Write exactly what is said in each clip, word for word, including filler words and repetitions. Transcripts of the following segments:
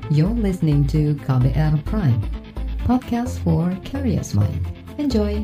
You're listening to K B R Prime, podcast for curious mind. Enjoy!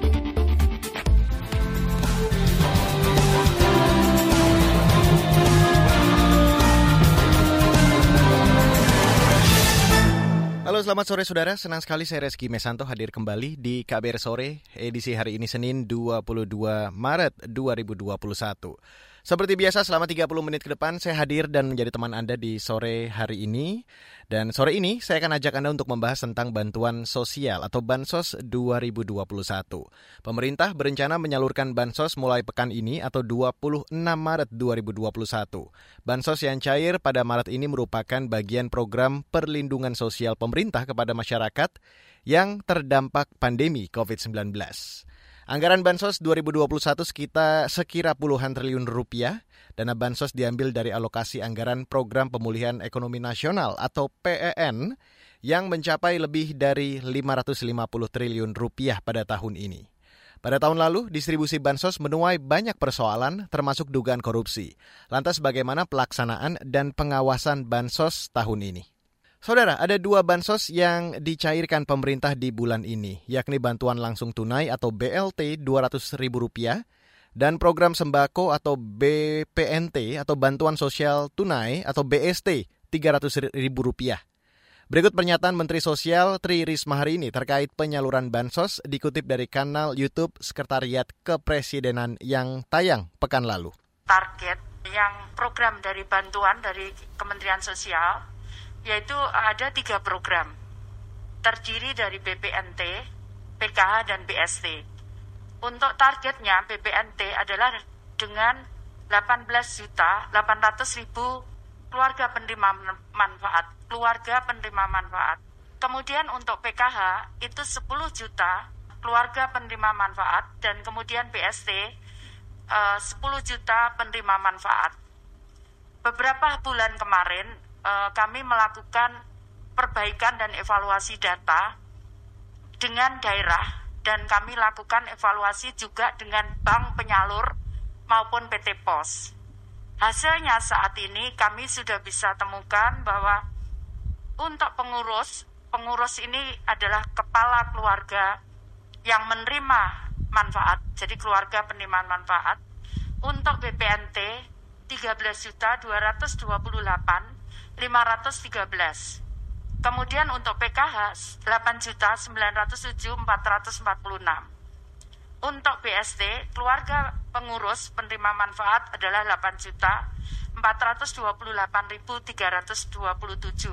Halo, selamat sore saudara. Senang sekali saya Reski Mesanto hadir kembali di K B R Sore, edisi hari ini Senin dua puluh dua Maret dua ribu dua puluh satu. Seperti biasa selama tiga puluh menit ke depan saya hadir dan menjadi teman Anda di sore hari ini. Dan sore ini saya akan ajak Anda untuk membahas tentang bantuan sosial atau Bansos dua ribu dua puluh satu. Pemerintah berencana menyalurkan Bansos mulai pekan ini atau dua puluh enam Maret dua ribu dua puluh satu. Bansos yang cair pada Maret ini merupakan bagian program perlindungan sosial pemerintah kepada masyarakat yang terdampak pandemi covid sembilan belas. Anggaran Bansos dua ribu dua puluh satu sekitar sekira puluhan triliun rupiah. Dana Bansos diambil dari alokasi anggaran Program Pemulihan Ekonomi Nasional atau P E N yang mencapai lebih dari lima ratus lima puluh triliun rupiah pada tahun ini. Pada tahun lalu, distribusi Bansos menuai banyak persoalan termasuk dugaan korupsi. Lantas bagaimana pelaksanaan dan pengawasan Bansos tahun ini? Saudara, ada dua bansos yang dicairkan pemerintah di bulan ini, yakni bantuan langsung tunai atau B L T dua ratus ribu rupiah dan program sembako atau B P N T atau bantuan sosial tunai atau B S T tiga ratus ribu rupiah. Berikut pernyataan Menteri Sosial Tri Risma hari ini terkait penyaluran bansos dikutip dari kanal YouTube Sekretariat Kepresidenan yang tayang pekan lalu. Target yang program dari bantuan dari Kementerian Sosial yaitu ada tiga program, terdiri dari B P N T, P K H, dan B S T. Untuk targetnya B P N T adalah dengan delapan belas juta delapan ratus ribu keluarga penerima manfaat, keluarga penerima manfaat. Kemudian untuk P K H itu sepuluh juta keluarga penerima manfaat dan kemudian B S T uh, sepuluh juta penerima manfaat. Beberapa bulan kemarin kami melakukan perbaikan dan evaluasi data dengan daerah dan kami lakukan evaluasi juga dengan bank penyalur maupun P T Pos. Hasilnya saat ini kami sudah bisa temukan bahwa untuk pengurus, pengurus ini adalah kepala keluarga yang menerima manfaat, jadi keluarga penerima manfaat. Untuk B P N T tiga belas juta dua ratus dua puluh delapan ribu lima ratus tiga belas. Kemudian untuk P K H delapan juta sembilan ratus tujuh ribu empat ratus empat puluh enam. Untuk B S T keluarga pengurus penerima manfaat adalah delapan juta empat ratus dua puluh delapan ribu tiga ratus dua puluh tujuh.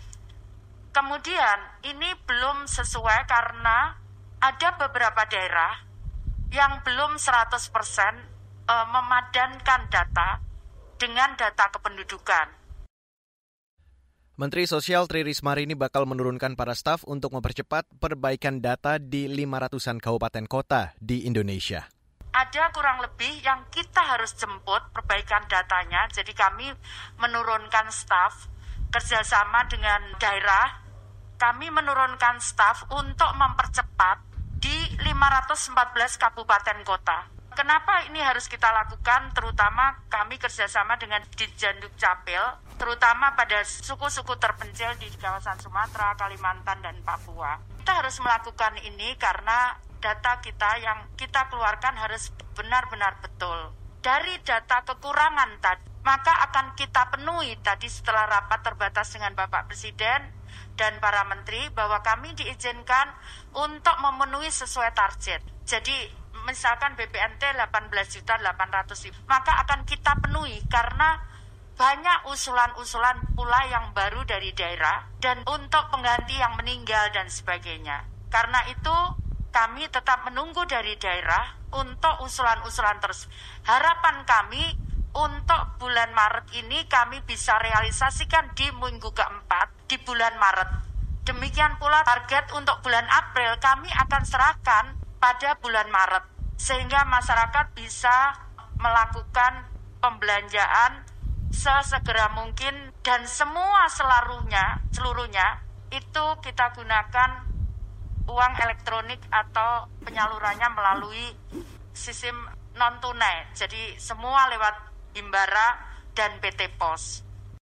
Kemudian ini belum sesuai karena ada beberapa daerah yang belum seratus persen memadankan data dengan data kependudukan. Menteri Sosial Tri Risma hari ini bakal menurunkan para staf untuk mempercepat perbaikan data di lima ratusan kabupaten kota di Indonesia. Ada kurang lebih yang kita harus jemput perbaikan datanya, jadi kami menurunkan staf kerjasama dengan daerah. Kami menurunkan staf untuk mempercepat di lima ratus empat belas kabupaten kota. Kenapa ini harus kita lakukan? Terutama kami kerjasama dengan Ditjen Dukcapil, terutama pada suku-suku terpencil di kawasan Sumatera, Kalimantan, dan Papua. Kita harus melakukan ini karena data kita yang kita keluarkan harus benar-benar betul. Dari data kekurangan tadi, maka akan kita penuhi tadi setelah rapat terbatas dengan Bapak Presiden dan para menteri bahwa kami diizinkan untuk memenuhi sesuai target. Jadi misalkan B P N T delapan belas juta delapan ratus ribu, maka akan kita penuhi karena banyak usulan-usulan pula yang baru dari daerah dan untuk pengganti yang meninggal dan sebagainya. Karena itu kami tetap menunggu dari daerah untuk usulan-usulan terus. Harapan kami untuk bulan Maret ini kami bisa realisasikan di minggu keempat di bulan Maret. Demikian pula target untuk bulan April kami akan serahkan pada bulan Maret. Sehingga masyarakat bisa melakukan pembelanjaan sesegera mungkin dan semua seluruhnya, seluruhnya itu kita gunakan uang elektronik atau penyalurannya melalui sistem non-tunai. Jadi semua lewat Himbara dan P T Pos.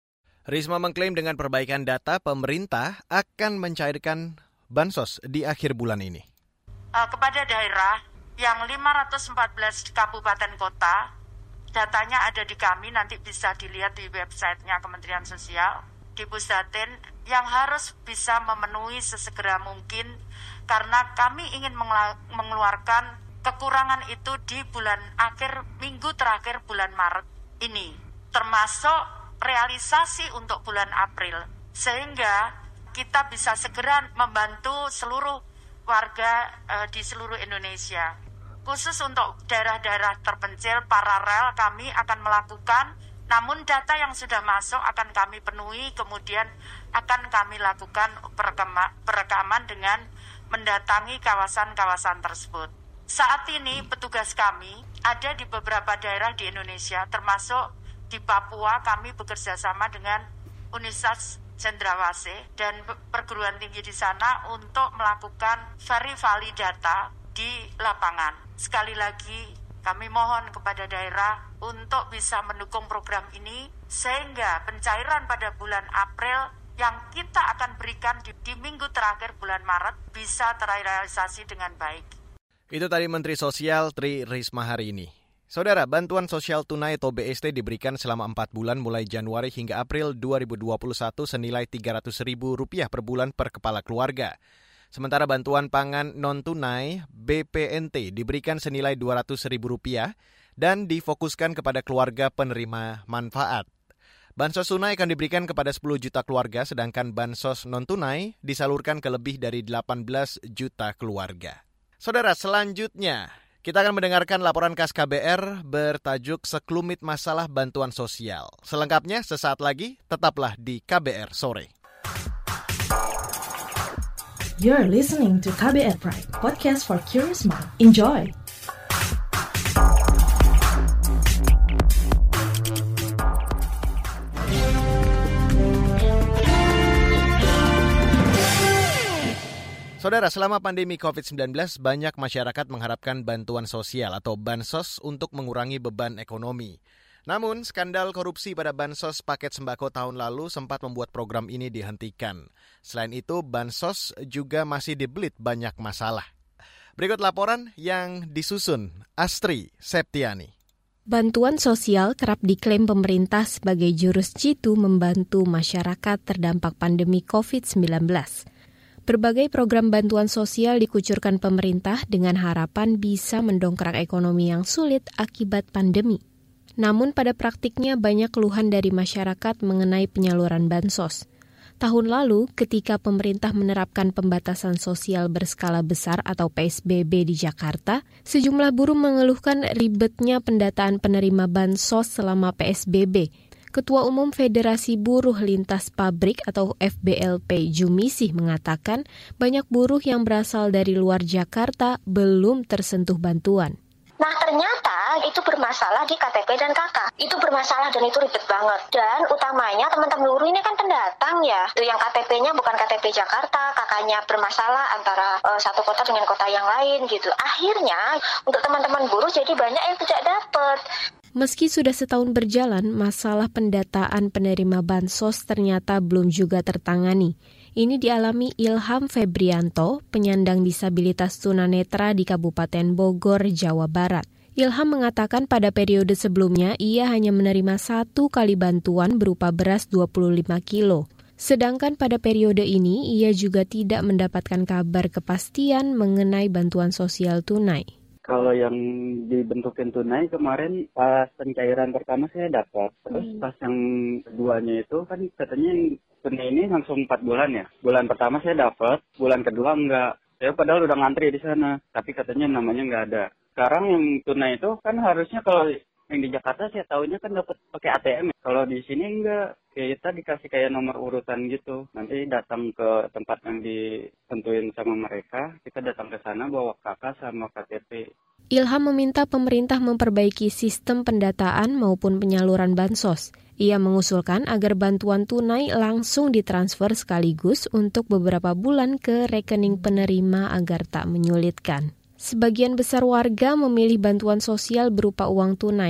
Risma mengklaim dengan perbaikan data, pemerintah akan mencairkan bansos di akhir bulan ini. Uh, kepada daerah yang lima ratus empat belas kabupaten kota, datanya ada di kami, nanti bisa dilihat di websitenya Kementerian Sosial, di Pusdatin, yang harus bisa memenuhi sesegera mungkin karena kami ingin mengeluarkan kekurangan itu di bulan akhir, minggu terakhir bulan Maret ini, termasuk realisasi untuk bulan April, sehingga kita bisa segera membantu seluruh warga uh, di seluruh Indonesia. Khusus untuk daerah-daerah terpencil paralel kami akan melakukan, namun data yang sudah masuk akan kami penuhi, kemudian akan kami lakukan perekama, perekaman dengan mendatangi kawasan-kawasan tersebut. Saat ini petugas kami ada di beberapa daerah di Indonesia, termasuk di Papua. Kami bekerja sama dengan Universitas Cendrawasih dan perguruan tinggi di sana untuk melakukan verifali data di lapangan. Sekali lagi, kami mohon kepada daerah untuk bisa mendukung program ini sehingga pencairan pada bulan April yang kita akan berikan di, di minggu terakhir bulan Maret bisa terrealisasi dengan baik. Itu tadi Menteri Sosial Tri Risma hari ini. Saudara, bantuan sosial tunai atau B S T diberikan selama empat bulan mulai Januari hingga April dua ribu dua puluh satu senilai tiga ratus ribu rupiah per bulan per kepala keluarga. Sementara bantuan pangan non-tunai B P N T diberikan senilai dua ratus ribu rupiah dan difokuskan kepada keluarga penerima manfaat. Bansos tunai akan diberikan kepada sepuluh juta keluarga, sedangkan bansos non-tunai disalurkan ke lebih dari delapan belas juta keluarga. Saudara, selanjutnya kita akan mendengarkan laporan khas K B R bertajuk Sekelumit Masalah Bantuan Sosial. Selengkapnya sesaat lagi, tetaplah di K B R Sore. You're listening to K B R Pride, podcast for curious mind. Enjoy! Saudara, selama pandemi covid sembilan belas, banyak masyarakat mengharapkan bantuan sosial atau bansos untuk mengurangi beban ekonomi. Namun, skandal korupsi pada bansos paket sembako tahun lalu sempat membuat program ini dihentikan. Selain itu, bansos juga masih dibelit banyak masalah. Berikut laporan yang disusun Astri Septiani. Bantuan sosial kerap diklaim pemerintah sebagai jurus jitu membantu masyarakat terdampak pandemi covid sembilan belas. Berbagai program bantuan sosial dikucurkan pemerintah dengan harapan bisa mendongkrak ekonomi yang sulit akibat pandemi. Namun pada praktiknya banyak keluhan dari masyarakat mengenai penyaluran bansos. Tahun lalu, ketika pemerintah menerapkan pembatasan sosial berskala besar atau P S B B di Jakarta, sejumlah buruh mengeluhkan ribetnya pendataan penerima bansos selama P S B B. Ketua Umum Federasi Buruh Lintas Pabrik atau F B L P Jumisih mengatakan banyak buruh yang berasal dari luar Jakarta belum tersentuh bantuan. Nah ternyata itu bermasalah di K T P dan K K. Itu bermasalah dan itu ribet banget. Dan utamanya teman-teman buruh ini kan pendatang ya. Itu yang K T P-nya bukan K T P Jakarta, K K-nya bermasalah antara uh, satu kota dengan kota yang lain gitu. Akhirnya untuk teman-teman buruh jadi banyak yang tidak dapat. Meski sudah setahun berjalan, masalah pendataan penerima bansos ternyata belum juga tertangani. Ini dialami Ilham Febrianto, penyandang disabilitas tunanetra di Kabupaten Bogor, Jawa Barat. Ilham mengatakan pada periode sebelumnya ia hanya menerima satu kali bantuan berupa beras dua puluh lima kilo. Sedangkan pada periode ini ia juga tidak mendapatkan kabar kepastian mengenai bantuan sosial tunai. Kalau yang dibentukin tunai kemarin pas pencairan pertama saya dapat. Terus hmm. pas yang keduanya itu kan katanya yang tunai ini langsung empat bulan ya. Bulan pertama saya dapat, bulan kedua enggak. Saya padahal udah ngantri di sana, tapi katanya namanya enggak ada. Sekarang yang tunai itu kan harusnya kalau yang di Jakarta saya tahunya kan dapat pakai A T M. Kalau di sini enggak. Kita dikasih kayak nomor urutan gitu. Nanti datang ke tempat yang ditentuin sama mereka, kita datang ke sana bawa K K sama K T P. Ilham meminta pemerintah memperbaiki sistem pendataan maupun penyaluran bansos. Ia mengusulkan agar bantuan tunai langsung ditransfer sekaligus untuk beberapa bulan ke rekening penerima agar tak menyulitkan. Sebagian besar warga memilih bantuan sosial berupa uang tunai.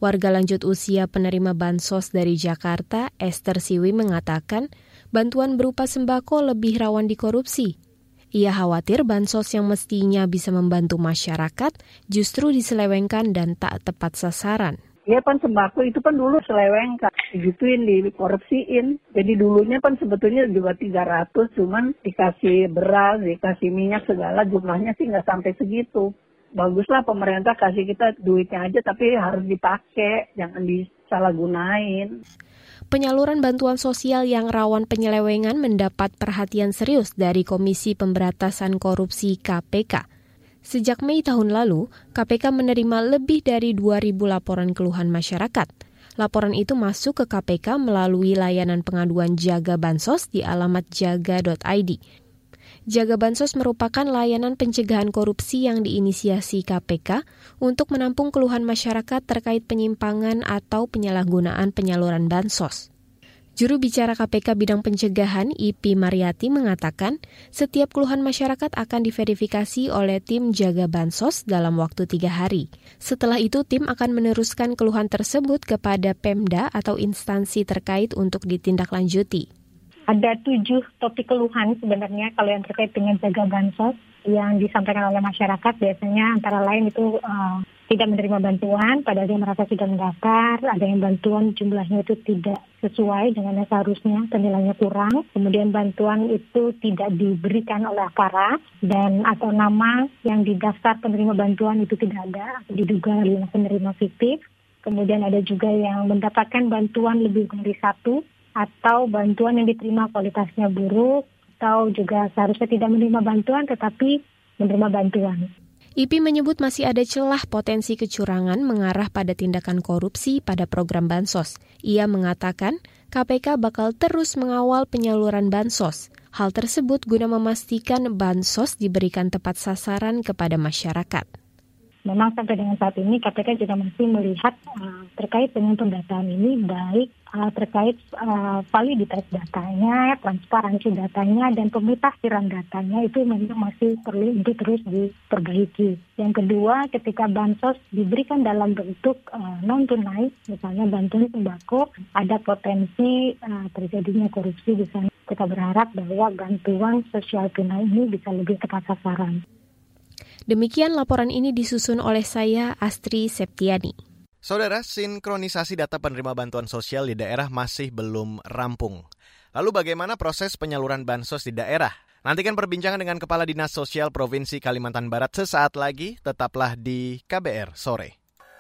Warga lanjut usia penerima bansos dari Jakarta, Esther Siwi mengatakan bantuan berupa sembako lebih rawan dikorupsi. Ia khawatir bansos yang mestinya bisa membantu masyarakat justru diselewengkan dan tak tepat sasaran. Ya kan sembako itu kan dulu selewengkan, digituin, dikorupsiin. Jadi dulunya kan sebetulnya juga tiga ratus, cuman dikasih beras, dikasih minyak segala, jumlahnya sih nggak sampai segitu. Baguslah pemerintah kasih kita duitnya aja, tapi harus dipakai, jangan disalahgunain. Penyaluran bantuan sosial yang rawan penyelewengan mendapat perhatian serius dari Komisi Pemberantasan Korupsi K P K. Sejak Mei tahun lalu, K P K menerima lebih dari dua ribu laporan keluhan masyarakat. Laporan itu masuk ke K P K melalui layanan pengaduan Jaga Bansos di alamat jaga dot i d. Jaga Bansos merupakan layanan pencegahan korupsi yang diinisiasi K P K untuk menampung keluhan masyarakat terkait penyimpangan atau penyalahgunaan penyaluran bansos. Juru bicara K P K bidang pencegahan I P Mariati mengatakan setiap keluhan masyarakat akan diverifikasi oleh tim Jaga Bansos dalam waktu tiga hari. Setelah itu tim akan meneruskan keluhan tersebut kepada Pemda atau instansi terkait untuk ditindaklanjuti. Ada tujuh topik keluhan sebenarnya kalau yang terkait dengan Jaga Bansos yang disampaikan oleh masyarakat, biasanya antara lain itu uh, tidak menerima bantuan, padahal dia merasa sudah mendaftar, ada yang bantuan jumlahnya itu tidak sesuai dengan yang seharusnya, nilainya kurang, kemudian bantuan itu tidak diberikan oleh aparat, dan atau nama yang didaftar penerima bantuan itu tidak ada, diduga penerima fiktif, kemudian ada juga yang mendapatkan bantuan lebih dari satu, atau bantuan yang diterima kualitasnya buruk, atau juga seharusnya tidak menerima bantuan tetapi menerima bantuan. I P I menyebut masih ada celah potensi kecurangan mengarah pada tindakan korupsi pada program bansos. Ia mengatakan K P K bakal terus mengawal penyaluran bansos. Hal tersebut guna memastikan bansos diberikan tepat sasaran kepada masyarakat. Memang sampai dengan saat ini K P K juga masih melihat uh, terkait dengan pendataan ini, baik uh, terkait uh, validitas datanya, transparansi datanya, dan pemutakhiran datanya itu memang masih perlu untuk terus diperbaiki. Yang kedua, ketika bansos diberikan dalam bentuk uh, non-tunai, misalnya bantuan sembako, ada potensi uh, terjadinya korupsi di sana. Kita berharap bahwa bantuan sosial tunai ini bisa lebih tepat sasaran. Demikian laporan ini disusun oleh saya, Astri Septiani. Saudara, sinkronisasi data penerima bantuan sosial di daerah masih belum rampung. Lalu bagaimana proses penyaluran bansos di daerah? Nantikan perbincangan dengan Kepala Dinas Sosial Provinsi Kalimantan Barat sesaat lagi. Tetaplah di K B R Sore.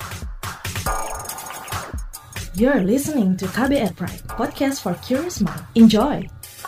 You're listening to K B R Pride, podcast for curious mind. Enjoy!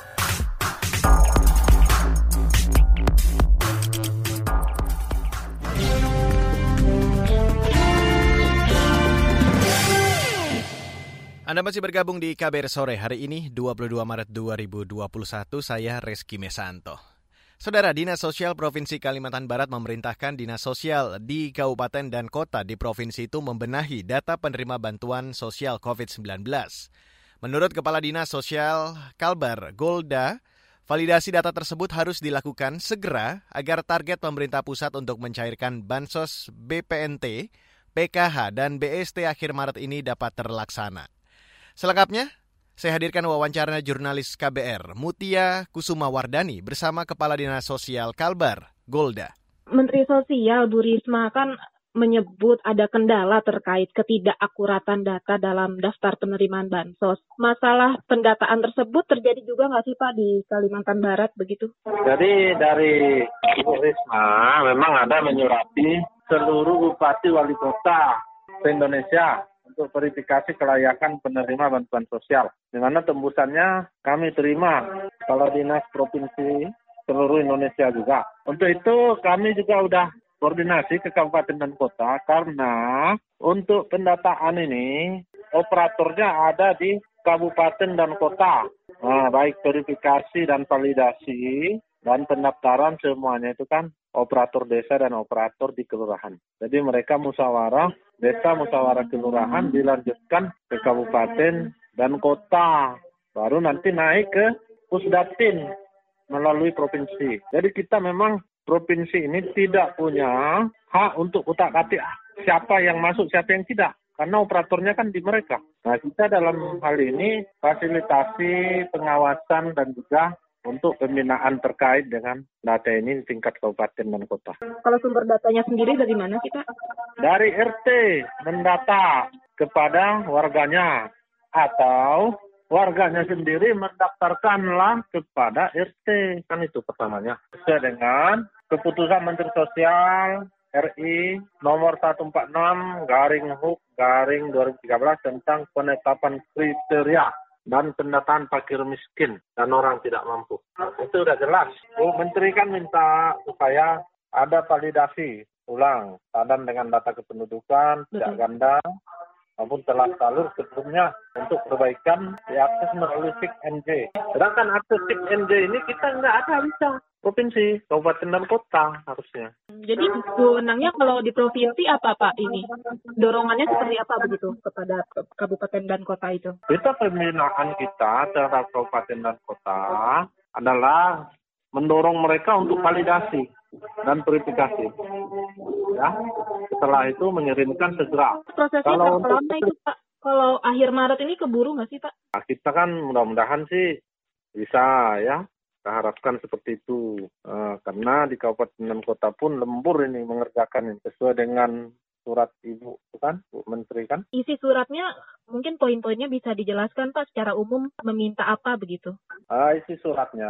Anda masih bergabung di K B R Sore hari ini, dua puluh dua Maret dua ribu dua puluh satu, saya Reski Mesanto. Saudara, Dinas Sosial Provinsi Kalimantan Barat memerintahkan Dinas Sosial di kabupaten dan kota di provinsi itu membenahi data penerima bantuan sosial covid sembilan belas. Menurut Kepala Dinas Sosial Kalbar, Golda, validasi data tersebut harus dilakukan segera agar target pemerintah pusat untuk mencairkan bansos B P N T, P K H, dan B S T akhir Maret ini dapat terlaksana. Selengkapnya, saya hadirkan wawancara jurnalis K B R, Mutia Kusuma Wardani, bersama Kepala Dinas Sosial Kalbar, Golda. Menteri Sosial Bu Risma kan menyebut ada kendala terkait ketidakakuratan data dalam daftar penerimaan bansos. Masalah pendataan tersebut terjadi juga nggak sih Pak di Kalimantan Barat begitu? Jadi dari Bu Risma memang ada menyurati seluruh bupati wali kota se-Indonesia untuk verifikasi kelayakan penerima bantuan sosial. Di mana tembusannya kami terima Kepala Dinas Provinsi seluruh Indonesia juga. Untuk itu kami juga udah koordinasi ke kabupaten dan kota karena untuk pendataan ini operatornya ada di kabupaten dan kota. Nah, baik verifikasi dan validasi dan pendaftaran semuanya itu kan operator desa dan operator di kelurahan. Jadi mereka musyawarah desa, musyawarah kelurahan dilanjutkan ke kabupaten dan kota. Baru nanti naik ke Pusdatin melalui provinsi. Jadi kita memang provinsi ini tidak punya hak untuk utak-atik siapa yang masuk, siapa yang tidak. karena operatornya kan di mereka. Nah, kita dalam hal ini fasilitasi, pengawasan, dan juga untuk pembinaan terkait dengan data ini di tingkat kabupaten dan kota. Kalau sumber datanya sendiri dari mana sih, Pak? Dari R T mendata kepada warganya, atau warganya sendiri mendaftarkanlah kepada R T. Kan itu pertamanya. Sesuai dengan keputusan Menteri Sosial R I nomor seratus empat puluh enam garing H U K garing dua ribu tiga belas tentang penetapan kriteria dan pendataan fakir miskin dan orang tidak mampu. Itu udah jelas. Bu Menteri kan minta supaya ada validasi ulang padan dengan data kependudukan, tidak ganda, maupun telah salur sebelumnya untuk perbaikan diakses melalui S I K N J. Sedangkan akses S I K N J ini kita nggak ada bisa. Provinsi, kabupaten dan kota harusnya. Jadi wewenangnya kalau di provinsi apa Pak ini? Dorongannya seperti apa begitu kepada kabupaten dan kota itu? Kita pembinaan kita terhadap kabupaten dan kota adalah mendorong mereka untuk validasi dan verifikasi. Ya, setelah itu mengirimkan segera. Prosesnya kalau berapa lama itu Pak? Kalau akhir Maret ini keburu nggak sih Pak? Nah, kita kan mudah-mudahan sih bisa ya. Kita harapkan seperti itu, uh, karena di kabupaten dan kota pun lembur ini mengerjakan ini sesuai dengan surat Ibu, kan, Bu Menteri kan? Isi suratnya mungkin poin-poinnya bisa dijelaskan Pak secara umum meminta apa begitu? Uh, isi suratnya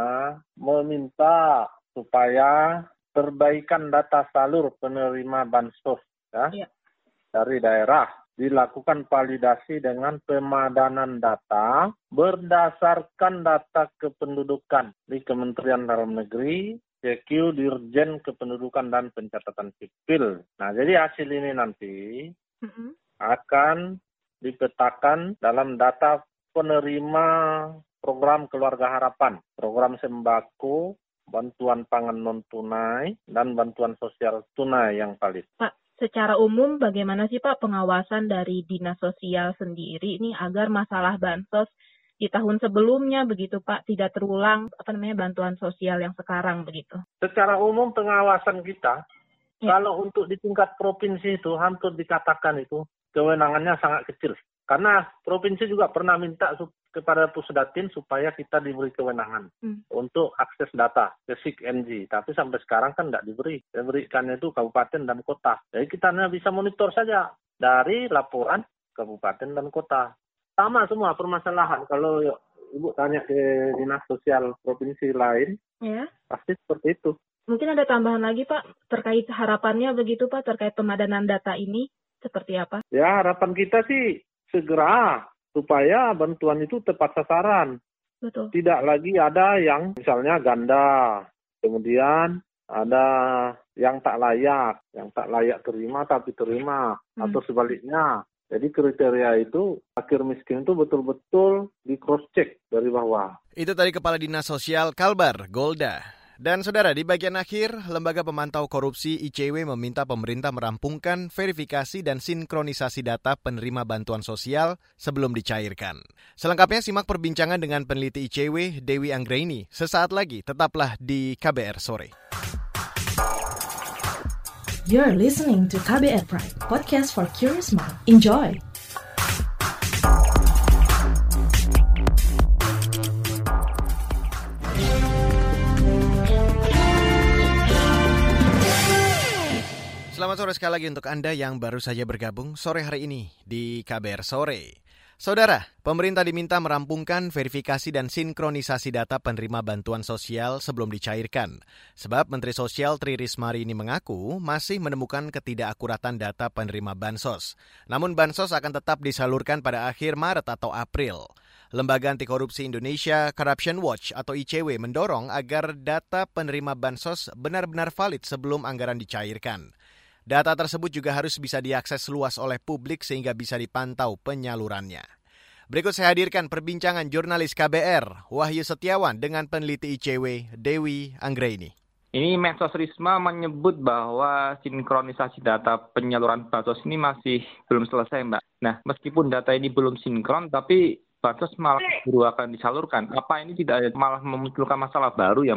meminta supaya perbaikan data salur penerima bansos ya, ya. dari daerah. Dilakukan validasi dengan pemadanan data berdasarkan data kependudukan di Kementerian Dalam Negeri, C Q Dirjen Kependudukan dan Pencatatan Sipil. Nah, jadi hasil ini nanti mm-hmm. akan dipetakan dalam data penerima program Keluarga Harapan, program sembako, bantuan pangan non-tunai, dan bantuan sosial tunai yang valid. Pak, secara umum bagaimana sih Pak pengawasan dari Dinas Sosial sendiri ini agar masalah bansos di tahun sebelumnya begitu Pak tidak terulang apa namanya bantuan sosial yang sekarang begitu? Secara umum pengawasan kita ya. Kalau untuk di tingkat provinsi itu hampir dikatakan itu kewenangannya sangat kecil. Karena provinsi juga pernah minta kepada Pusdatin supaya kita diberi kewenangan hmm. untuk akses data ke S I K N J. Tapi sampai sekarang kan tidak diberi. Diberikannya itu kabupaten dan kota. Jadi kita hanya bisa monitor saja dari laporan kabupaten dan kota. Sama semua permasalahan. Kalau Ibu tanya ke Dinas Sosial provinsi lain, ya. Pasti seperti itu. Mungkin ada tambahan lagi Pak terkait harapannya begitu Pak terkait pemadanan data ini seperti apa? Ya harapan kita sih segera supaya bantuan itu tepat sasaran. Betul. Tidak lagi ada yang misalnya ganda, kemudian ada yang tak layak, yang tak layak terima tapi terima, hmm. atau sebaliknya. Jadi kriteria itu fakir miskin itu betul-betul di cross check dari bawah. Itu tadi Kepala Dinas Sosial Kalbar, Golda. Dan saudara, di bagian akhir, Lembaga Pemantau Korupsi I C W meminta pemerintah merampungkan verifikasi dan sinkronisasi data penerima bantuan sosial sebelum dicairkan. Selengkapnya simak perbincangan dengan peneliti I C W, Dewi Anggraini. Sesaat lagi, tetaplah di K B R Sore. You're listening to K B R Pride, podcast for curious mind. Enjoy! Selamat sore sekali lagi untuk Anda yang baru saja bergabung sore hari ini di K B R Sore. Saudara, pemerintah diminta merampungkan verifikasi dan sinkronisasi data penerima bantuan sosial sebelum dicairkan. Sebab Menteri Sosial Tri Risma hari ini mengaku masih menemukan ketidakakuratan data penerima bansos. Namun bansos akan tetap disalurkan pada akhir Maret atau April. Lembaga Anti Korupsi Indonesia Corruption Watch atau I C W mendorong agar data penerima bansos benar-benar valid sebelum anggaran dicairkan. Data tersebut juga harus bisa diakses luas oleh publik sehingga bisa dipantau penyalurannya. Berikut saya hadirkan perbincangan jurnalis K B R, Wahyu Setiawan, dengan peneliti I C W, Dewi Anggraini. Ini Mensos Risma menyebut bahwa sinkronisasi data penyaluran bansos ini masih belum selesai, Mbak. Nah, meskipun data ini belum sinkron, tapi bansos malah baru akan disalurkan. Apa ini tidak malah memunculkan masalah baru ya, Mbak?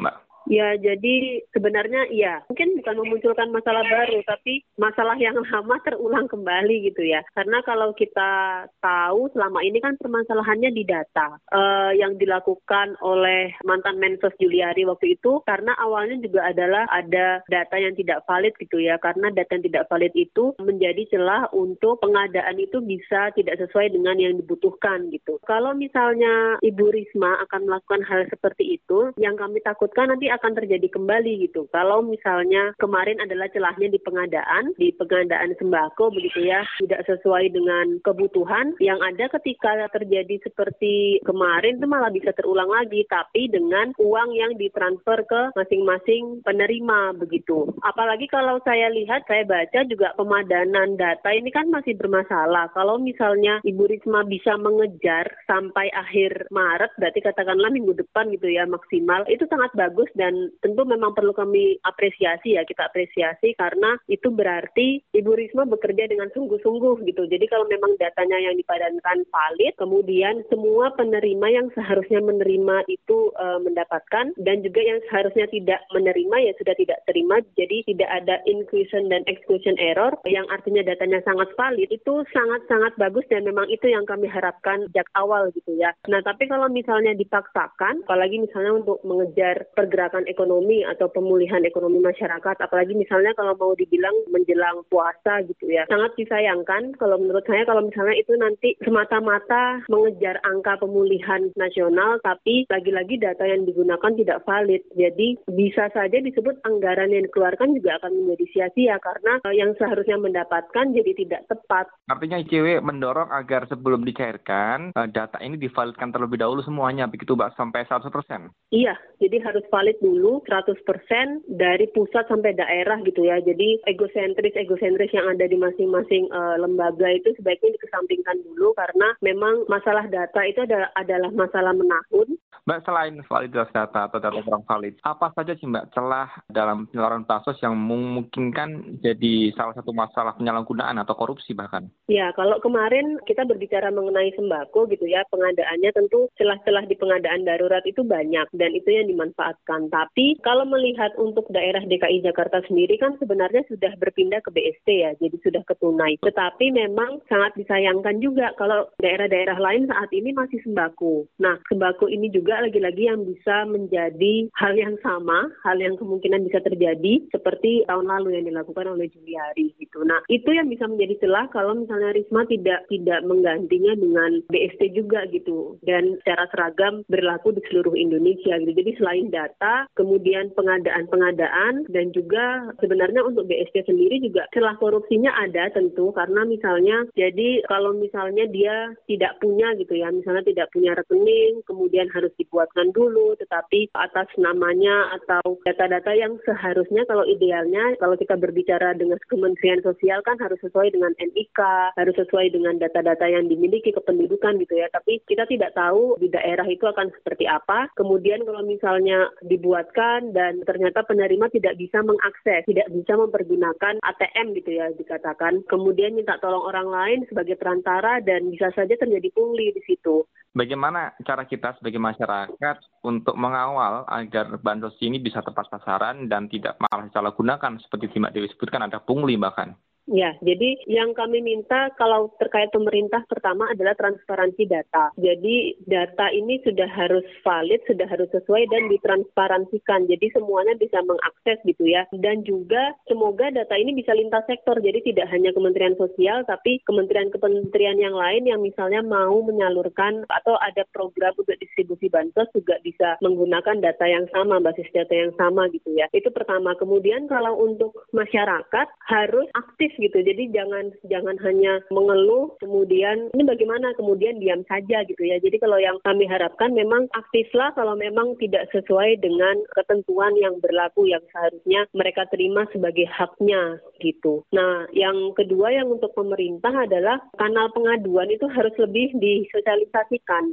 Ya, jadi sebenarnya iya, mungkin bukan memunculkan masalah baru, tapi masalah yang lama terulang kembali gitu ya. Karena kalau kita tahu selama ini kan permasalahannya di data uh, yang dilakukan oleh mantan Mensos Juliari waktu itu, karena awalnya juga adalah ada data yang tidak valid gitu ya. Karena data yang tidak valid itu menjadi celah untuk pengadaan itu bisa tidak sesuai dengan yang dibutuhkan gitu. Kalau misalnya Ibu Risma akan melakukan hal seperti itu, yang kami takutkan nanti akan terjadi kembali gitu. Kalau misalnya kemarin adalah celahnya di pengadaan, di pengadaan sembako begitu ya, tidak sesuai dengan kebutuhan, yang ada ketika terjadi seperti kemarin itu malah bisa terulang lagi, tapi dengan uang yang ditransfer ke masing-masing penerima begitu. Apalagi kalau saya lihat, saya baca juga pemadanan data ini kan masih bermasalah. Kalau misalnya Ibu Risma bisa mengejar sampai akhir Maret, berarti katakanlah minggu depan gitu ya maksimal, itu sangat bagus. Dan tentu memang perlu kami apresiasi ya, kita apresiasi karena itu berarti Ibu Risma bekerja dengan sungguh-sungguh gitu. Jadi kalau memang datanya yang dipadankan valid, kemudian semua penerima yang seharusnya menerima itu uh, mendapatkan, dan juga yang seharusnya tidak menerima ya sudah tidak terima. Jadi tidak ada inclusion dan exclusion error, yang artinya datanya sangat valid, itu sangat-sangat bagus dan memang itu yang kami harapkan sejak awal gitu ya. Nah tapi kalau misalnya dipaksakan, apalagi misalnya untuk mengejar pergerakan ekonomi atau pemulihan ekonomi masyarakat, apalagi misalnya kalau mau dibilang menjelang puasa gitu ya, sangat disayangkan kalau menurut saya kalau misalnya itu nanti semata-mata mengejar angka pemulihan nasional, tapi lagi-lagi data yang digunakan tidak valid. Jadi bisa saja disebut anggaran yang dikeluarkan juga akan menjadi sia-sia karena yang seharusnya mendapatkan jadi tidak tepat. Artinya I C W mendorong agar sebelum dicairkan data ini divalidkan terlebih dahulu semuanya, begitu Mbak, sampai seratus persen? Iya, jadi harus valid dulu seratus persen dari pusat sampai daerah gitu ya. Jadi egosentris-egosentris yang ada di masing-masing uh, lembaga itu sebaiknya dikesampingkan dulu karena memang masalah data itu adalah, adalah masalah menahun. Mbak, selain validitas data atau data kurang valid, apa saja sih Mbak celah dalam penyaluran bansos yang memungkinkan jadi salah satu masalah penyalahgunaan atau korupsi bahkan? Ya, kalau kemarin kita berbicara mengenai sembako gitu ya, pengadaannya tentu celah-celah di pengadaan darurat itu banyak dan itu yang dimanfaatkan. Tapi kalau melihat untuk daerah D K I Jakarta sendiri kan sebenarnya sudah berpindah ke B S T ya, jadi sudah ke tunai. Tetapi memang sangat disayangkan juga kalau daerah-daerah lain saat ini masih sembako. Nah, sembako ini juga lagi-lagi yang bisa menjadi hal yang sama, hal yang kemungkinan bisa terjadi seperti tahun lalu yang dilakukan oleh Juliari gitu. Nah, itu yang bisa menjadi celah kalau misalnya Risma tidak tidak menggantinya dengan B S T juga gitu dan secara seragam berlaku di seluruh Indonesia gitu. Jadi selain data, kemudian pengadaan-pengadaan dan juga sebenarnya untuk B S T sendiri juga celah korupsinya ada tentu karena misalnya jadi kalau misalnya dia tidak punya gitu ya, misalnya tidak punya rekening, kemudian harus dibuatkan dulu, tetapi atas namanya atau data-data yang seharusnya kalau idealnya kalau kita berbicara dengan Kementerian Sosial kan harus sesuai dengan N I K, harus sesuai dengan data-data yang dimiliki kependudukan gitu ya. Tapi kita tidak tahu di daerah itu akan seperti apa. Kemudian kalau misalnya dibuatkan dan ternyata penerima tidak bisa mengakses, tidak bisa mempergunakan A T M gitu ya dikatakan. Kemudian minta tolong orang lain sebagai perantara dan bisa saja terjadi pungli di situ. Bagaimana cara kita sebagai masyarakat untuk mengawal agar bansos ini bisa tepat sasaran dan tidak malah disalahgunakan seperti Mbak Dewi sebutkan ada pungli bahkan? Ya, jadi yang kami minta kalau terkait pemerintah pertama adalah transparansi data. Jadi data ini sudah harus valid, sudah harus sesuai dan ditransparansikan. Jadi semuanya bisa mengakses gitu ya. Dan juga semoga data ini bisa lintas sektor. Jadi tidak hanya Kementerian Sosial, tapi kementerian-kementerian yang lain yang misalnya mau menyalurkan atau ada program untuk distribusi bansos juga bisa menggunakan data yang sama, basis data yang sama gitu ya. Itu pertama. Kemudian kalau untuk masyarakat harus aktif gitu. Jadi jangan jangan hanya mengeluh kemudian ini bagaimana kemudian diam saja gitu ya. Jadi kalau yang kami harapkan memang aktiflah kalau memang tidak sesuai dengan ketentuan yang berlaku yang seharusnya mereka terima sebagai haknya gitu. Nah, yang kedua yang untuk pemerintah adalah kanal pengaduan itu harus lebih disosialisasikan.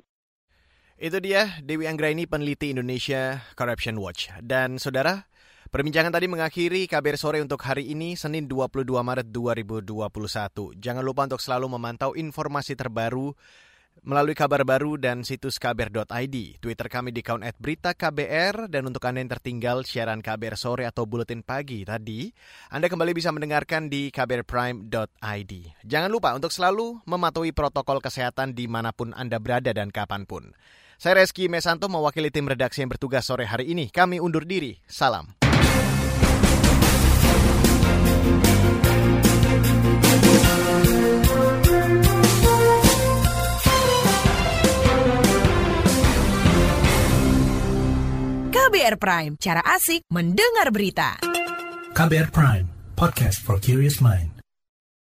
Itu dia Dewi Anggraini, peneliti Indonesia Corruption Watch. Dan saudara, perbincangan tadi mengakhiri K B R Sore untuk hari ini, Senin dua puluh dua Maret dua ribu dua puluh satu. Jangan lupa untuk selalu memantau informasi terbaru melalui kabar baru dan situs k b r dot i d, Twitter kami di account at berita K B R, dan untuk Anda yang tertinggal siaran K B R Sore atau Buletin Pagi tadi, Anda kembali bisa mendengarkan di k b r prime dot i d. Jangan lupa untuk selalu mematuhi protokol kesehatan dimanapun Anda berada dan kapanpun. Saya Reski Mesanto mewakili tim redaksi yang bertugas sore hari ini. Kami undur diri. Salam. K B R Prime, cara asik mendengar berita. K B R Prime, podcast for curious mind.